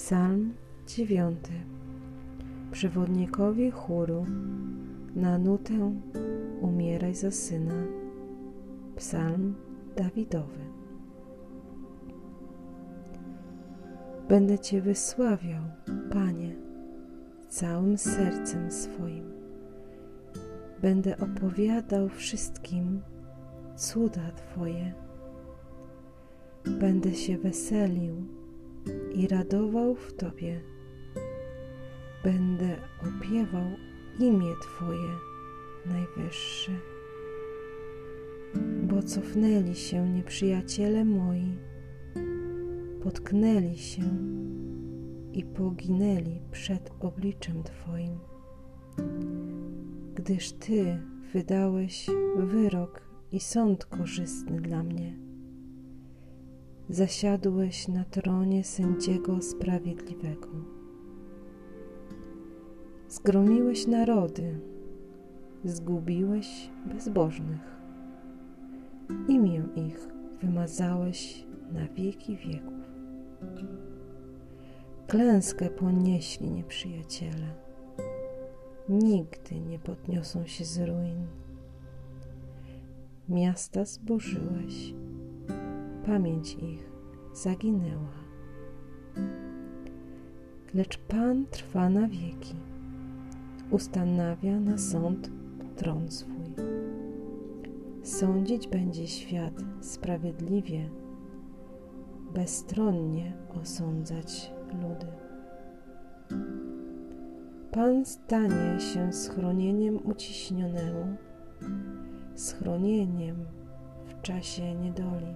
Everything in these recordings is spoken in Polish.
Psalm 9. Przewodnikowi chóru na nutę Umieraj za syna. Psalm Dawidowy. Będę Cię wysławiał, Panie, całym sercem swoim. Będę opowiadał wszystkim cuda Twoje. Będę się weselił i radował w Tobie. Będę opiewał imię Twoje najwyższe. Bo cofnęli się nieprzyjaciele moi, potknęli się i poginęli przed obliczem Twoim. Gdyż Ty wydałeś wyrok i sąd korzystny dla mnie. Zasiadłeś na tronie sędziego sprawiedliwego. Zgromiłeś narody, zgubiłeś bezbożnych. Imię ich wymazałeś na wieki wieków. Klęskę ponieśli nieprzyjaciele. Nigdy nie podniosą się z ruin. Miasta zburzyłeś, pamięć ich zaginęła. Lecz Pan trwa na wieki, ustanawia na sąd tron swój. Sądzić będzie świat sprawiedliwie, bezstronnie osądzać ludy. Pan stanie się schronieniem uciśnionemu, schronieniem w czasie niedoli.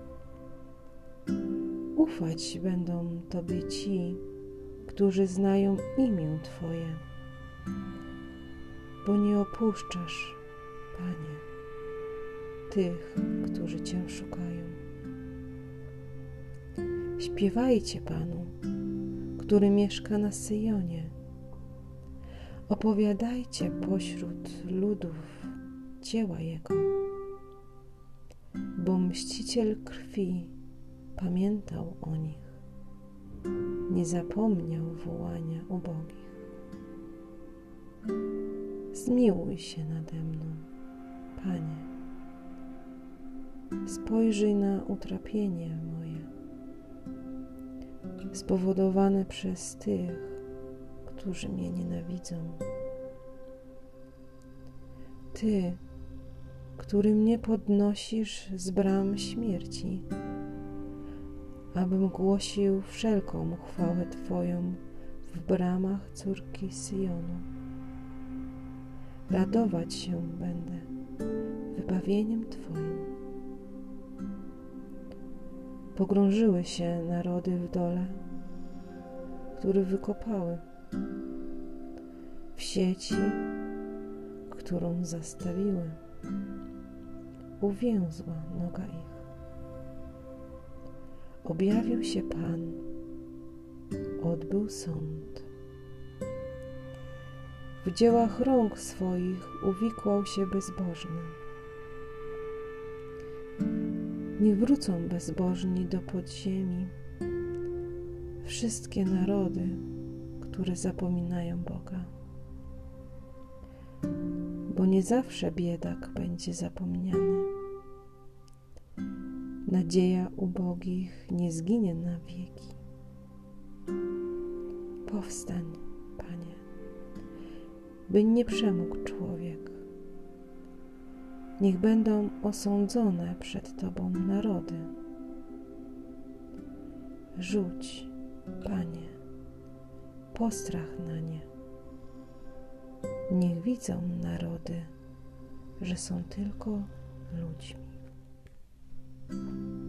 Ufać będą Tobie ci, którzy znają imię Twoje, bo nie opuszczasz, Panie, tych, którzy Cię szukają. Śpiewajcie Panu, który mieszka na Syjonie. Opowiadajcie pośród ludów dzieła Jego, bo Mściciel krwi pamiętał o nich, nie zapomniał wołania ubogich. Zmiłuj się nade mną, Panie, spojrzyj na utrapienie moje, spowodowane przez tych, którzy mnie nienawidzą. Ty, który mnie podnosisz z bram śmierci, abym głosił wszelką chwałę Twoją w bramach córki Syjonu. Radować się będę wybawieniem Twoim. Pogrążyły się narody w dole, które wykopały, w sieci, którą zastawiły, uwięzła noga ich. Objawił się Pan, odbył sąd. W dziełach rąk swoich uwikłał się bezbożny. Niech wrócą bezbożni do podziemi, wszystkie narody, które zapominają Boga. Bo nie zawsze biedak będzie zapomniany. Nadzieja ubogich nie zginie na wieki. Powstań, Panie, by nie przemógł człowiek. Niech będą osądzone przed Tobą narody. Rzuć, Panie, postrach na nie. Niech widzą narody, że są tylko ludźmi.